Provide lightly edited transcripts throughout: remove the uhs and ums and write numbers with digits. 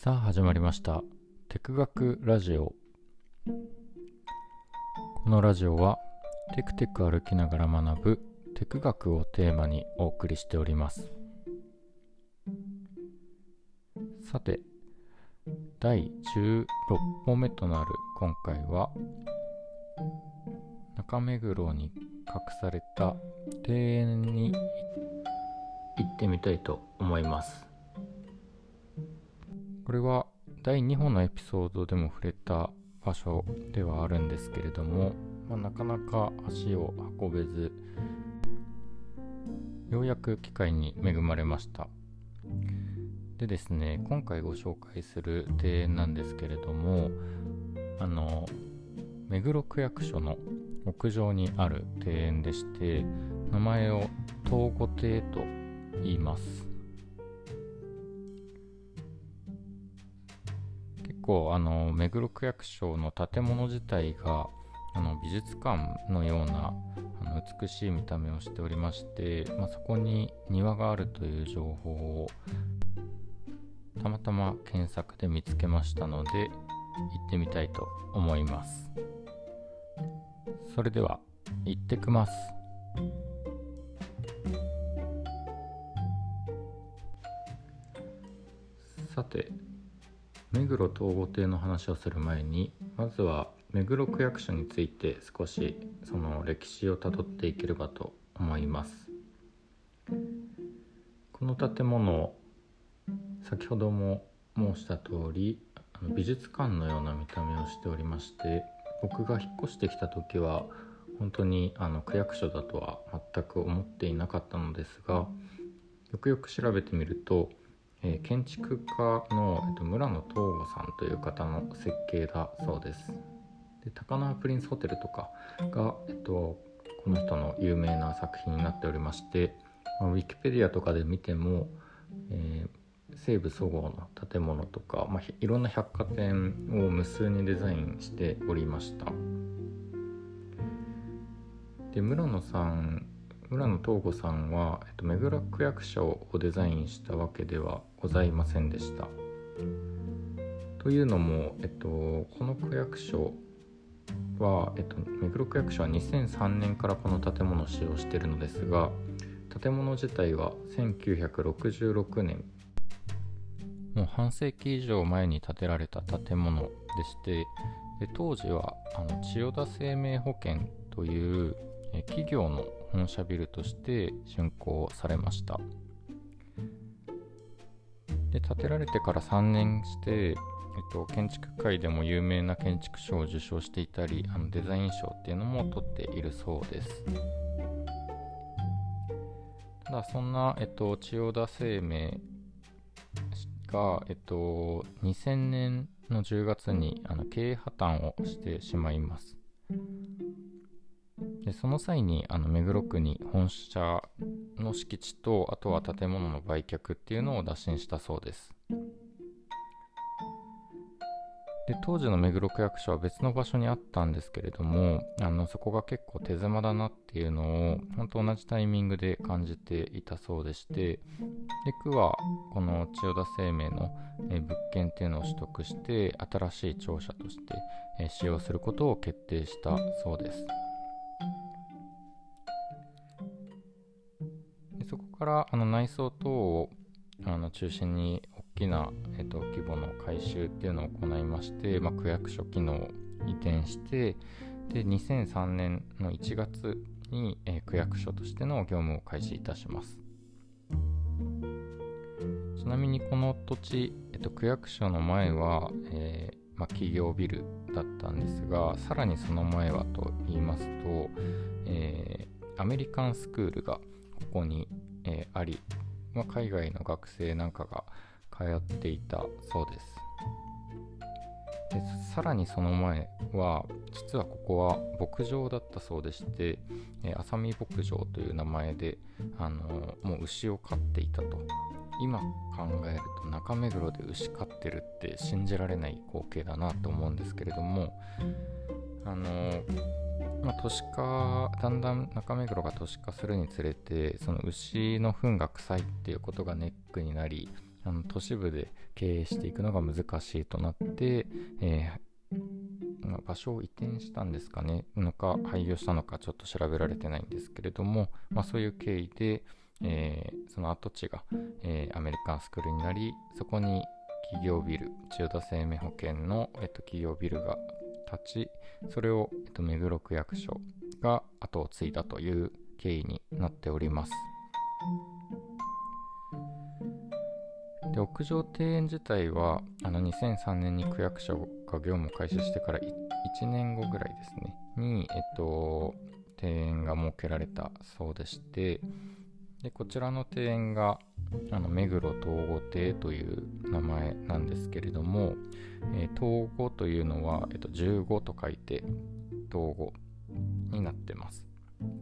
さあ始まりましたテク学ラジオ。このラジオはテクテク歩きながら学ぶテク学をテーマにお送りしております。さて第16本目となる今回は、中目黒に隠された庭園に行ってみたいと思います。これは第2本のエピソードでも触れた場所ではあるんですけれども、なかなか足を運べず、ようやく機会に恵まれました。でですね、今回ご紹介する庭園なんですけれども、目黒区役所の屋上にある庭園でして、名前を東御庭と言います。結構目黒区役所の建物自体が美術館のような美しい見た目をしておりまして、そこに庭があるという情報をたまたま検索で見つけましたので、行ってみたいと思います。それでは行ってきます。さて、目黒東御庭の話をする前に、まずは目黒区役所について少しその歴史をたどっていければと思います。この建物、先ほども申した通り美術館のような見た目をしておりまして、僕が引っ越してきた時は本当に区役所だとは全く思っていなかったのですが、よくよく調べてみると、建築家の、村野東吾さんという方の設計だそうです。で、高輪プリンスホテルとかが、この人の有名な作品になっておりまして、ウィキペディアとかで見ても、西武そごうの建物とか、いろんな百貨店を無数にデザインしておりました。で、村野東吾さんは、目黒区役所をデザインしたわけではございませんでした。というのも、この区役所は、目黒区役所は2003年からこの建物を使用しているのですが、建物自体は1966年、もう半世紀以上前に建てられた建物でして、で当時は千代田生命保険という企業の本社ビルとして竣工されました。で、建てられてから3年して、建築界でも有名な建築賞を受賞していたり、デザイン賞っていうのも取っているそうです。ただそんな、千代田生命が、2000年の10月に経営破綻をしてしまいます。でその際に目黒区に本社の敷地と、あとは建物の売却っていうのを打診したそうです。で当時の目黒区役所は別の場所にあったんですけれども、そこが結構手狭だなっていうのを本当同じタイミングで感じていたそうでして、で区はこの千代田生命の物件っていうのを取得して、新しい庁舎として使用することを決定したそうです。でそこから内装等を中心に大きな、規模の改修っていうのを行いまして、区役所機能を移転して、で2003年の1月に、区役所としての業務を開始いたします。ちなみにこの土地、区役所の前は、企業ビルだったんですが、さらにその前はと言いますと、アメリカンスクールがここに、あり、海外の学生なんかが通っていたそうです。でさらにその前は、実はここは牧場だったそうでして、浅見牧場という名前でもう牛を飼っていたと。今考えると中目黒で牛飼ってるって信じられない光景だなと思うんですけれども、都市化、だんだん中目黒が都市化するにつれて、その牛の糞が臭いっていうことがネックになり、 都市部で経営していくのが難しいとなって、場所を移転したんですかねのか廃業したのかちょっと調べられてないんですけれども、そういう経緯で、その跡地が、アメリカンスクールになり、そこに企業ビル、千代田生命保険の、企業ビルが立ち、それを、目黒区役所が後を継いだという経緯になっております。で、屋上庭園自体は2003年に区役所が業務を開始してから1年後ぐらいですねに、庭園が設けられたそうでして、でこちらの庭園が目黒東御庭という名前なんですけれども、東御というのは、15と書いて東御になってます。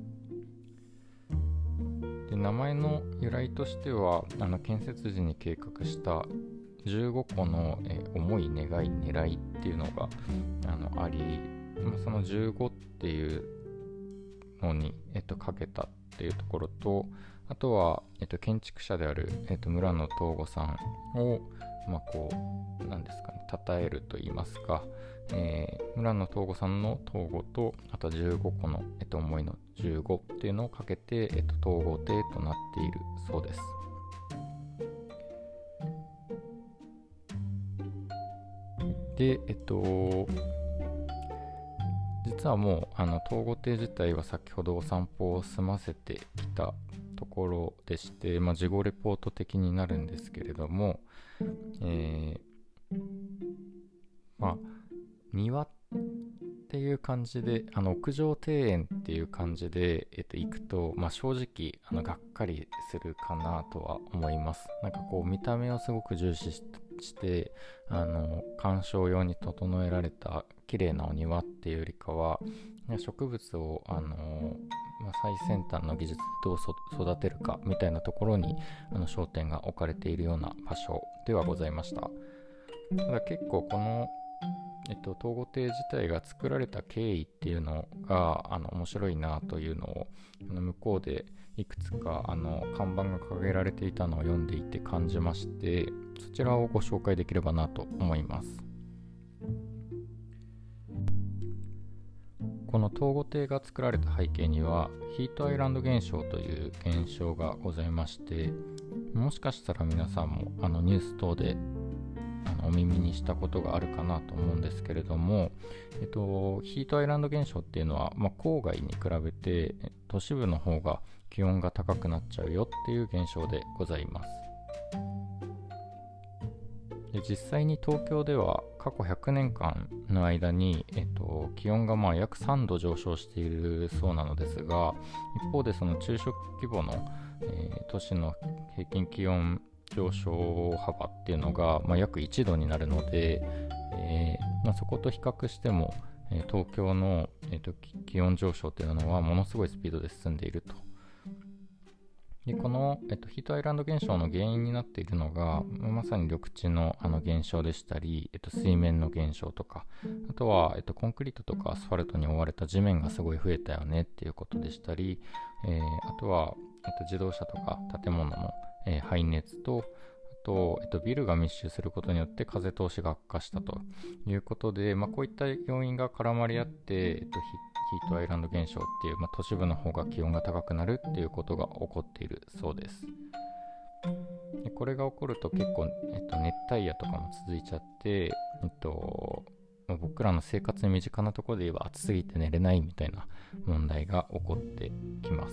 で名前の由来としては建設時に計画した15個の、思い願い狙いっていうのがあり、その15っていうのに、かけたっていうところと、あとは、建築者である、村野東吾さんを何ですかね、称えると言いますか、村野東吾さんの東吾と、あと15個の、思いの15っていうのをかけて、東吾亭となっているそうです。で、実はもう東御亭自体は先ほどお散歩を済ませてきたところでして、事後レポート的になるんですけれども、庭っていう感じで屋上庭園っていう感じで、行くと、正直がっかりするかなとは思います。なんかこう見た目をすごく重視して観賞用に整えられた綺麗なお庭っていうよりかは、植物を最先端の技術でどう育てるかみたいなところに焦点が置かれているような場所ではございました。ただ結構この東御亭自体が作られた経緯っていうのが面白いなというのを向こうでいくつか看板が掲げられていたのを読んでいて感じまして、そちらをご紹介できればなと思います。この東御亭が作られた背景にはヒートアイランド現象という現象がございまして、もしかしたら皆さんもニュース等でお耳にしたことがあるかなと思うんですけれども、ヒートアイランド現象っていうのは、郊外に比べて都市部の方が気温が高くなっちゃうよっていう現象でございます。で実際に東京では過去100年間の間に、気温が約3度上昇しているそうなのですが、一方でその中小規模の、都市の平均気温上昇幅っていうのが、約1度になるので、そこと比較しても、東京の、気温上昇っていうのはものすごいスピードで進んでいると。でこの、ヒートアイランド現象の原因になっているのが、まさに緑地の現象でしたり、水面の現象とか、あとは、コンクリートとかアスファルトに覆われた地面がすごい増えたよねっていうことでしたり、あとは、自動車とか建物の排熱と、あと、ビルが密集することによって風通しが悪化したということで、こういった要因が絡まり合って、ヒートアイランド現象っていう、都市部の方が気温が高くなるっていうことが起こっているそうです。でこれが起こると結構、熱帯夜とかも続いちゃって、僕らの生活に身近なところで言えば暑すぎて寝れないみたいな問題が起こってきます。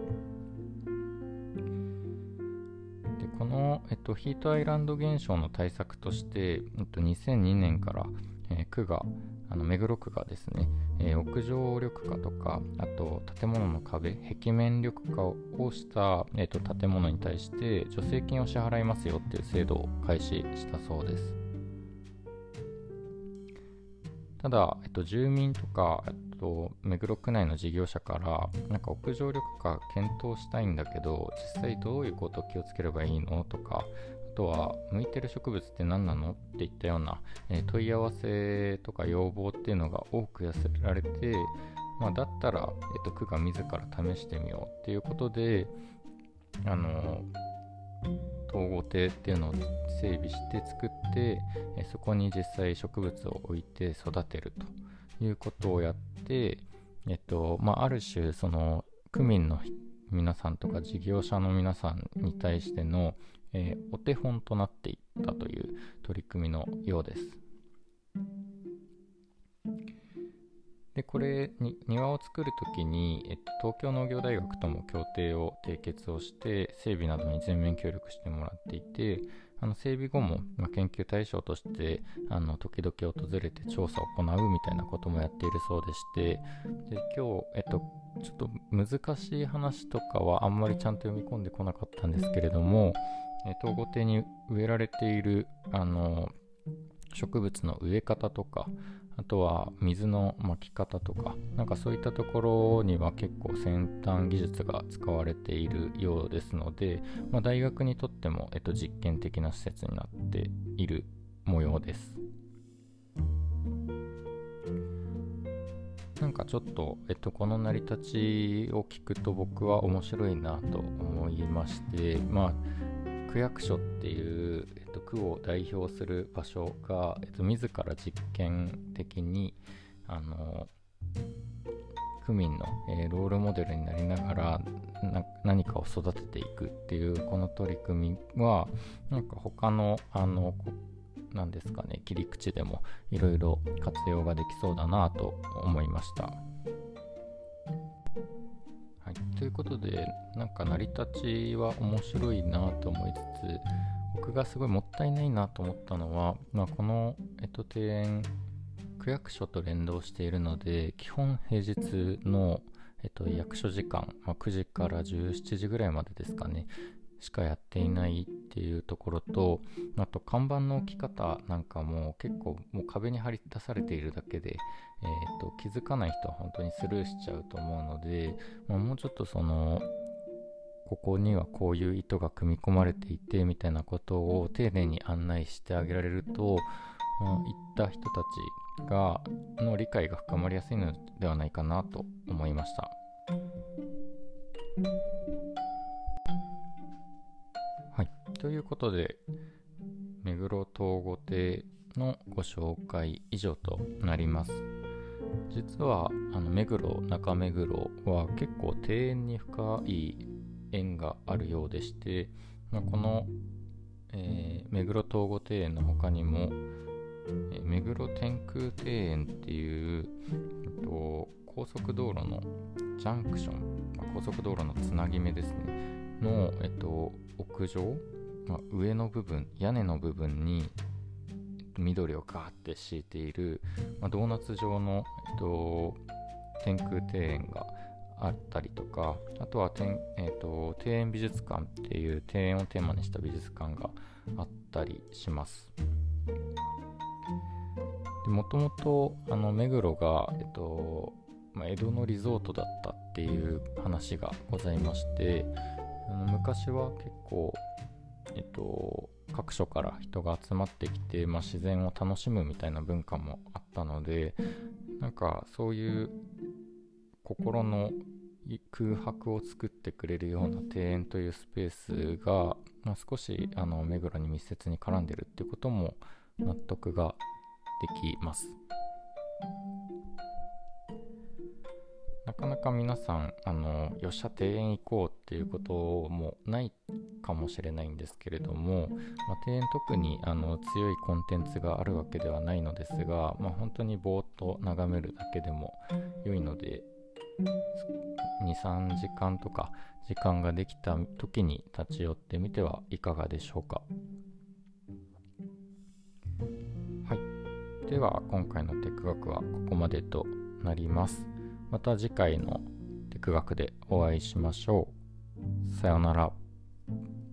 でこの、ヒートアイランド現象の対策として、2002年から、区が目黒区がですね、屋上緑化とか、あと建物の壁、壁面緑化をした、建物に対して助成金を支払いますよっていう制度を開始したそうです。ただ、住民とか、目黒区内の事業者からなんか屋上緑化検討したいんだけど、実際どういうことを気をつければいいのとか、あとは向いてる植物って何なのっていったような、問い合わせとか要望っていうのが多く寄せられて、だったら、区が自ら試してみようっていうことで、 統合艇っていうのを整備して作って、そこに実際植物を置いて育てるということをやって、ある種その区民の皆さんとか事業者の皆さんに対しての、お手本となっていったという取り組みのようです。でこれに庭を作るときに、東京農業大学とも協定を締結をして整備などに全面協力してもらっていて、整備後も、研究対象として時々訪れて調査を行うみたいなこともやっているそうでして、で今日、ちょっと難しい話とかはあんまりちゃんと読み込んでこなかったんですけれども、統合艇に植えられている植物の植え方とか、あとは水のまき方とか、なんかそういったところには結構先端技術が使われているようですので、大学にとっても、実験的な施設になっている模様です。なんかちょっと、この成り立ちを聞くと僕は面白いなと思いまして、区役所っていう、区を代表する場所が、自ら実験的に区民の、ロールモデルになりながら何かを育てていくっていうこの取り組みは、なんか他のなんですかね、切り口でもいろいろ活用ができそうだなと思いました。はい、ということで、なんか成り立ちは面白いなと思いつつ、僕がすごいもったいないなと思ったのは、この、庭園区役所と連動しているので、基本平日の、役所時間、9時から17時ぐらいまでですかねしかやっていないっていうところと、あと看板の置き方なんかも結構もう壁に貼り出されているだけで、気づかない人は本当にスルーしちゃうと思うので、もうちょっとここにはこういう意図が組み込まれていてみたいなことを丁寧に案内してあげられると、行った人たちの理解が深まりやすいのではないかなと思いました。はい、ということで目黒東御亭のご紹介以上となります。実は目黒中目黒は結構庭園に深い縁があるようでして、この、目黒東御庭園の他にも、目黒天空庭園っていう、高速道路のジャンクション、高速道路のつなぎ目ですねの、屋上、上の部分、屋根の部分に、緑をガーって敷いている、ドーナツ状の、天空庭園があったりとか、あとは庭園美術館っていう庭園をテーマにした美術館があったりします。もともと目黒が、江戸のリゾートだったっていう話がございまして、昔は結構、各所から人が集まってきて、自然を楽しむみたいな文化もあったので、なんかそういう心の空白を作ってくれるような庭園というスペースが、少し目黒に密接に絡んでるっていうことも納得ができます。なかなか皆さんよっしゃ庭園行こうっていうこともないかもしれないんですけれども、庭園特に強いコンテンツがあるわけではないのですが、本当にぼーっと眺めるだけでも良いので、2、3時間とか時間ができた時に立ち寄ってみてはいかがでしょうか。はい、では今回のテク学はここまでとなります。また次回のテク学でお会いしましょう。さようなら。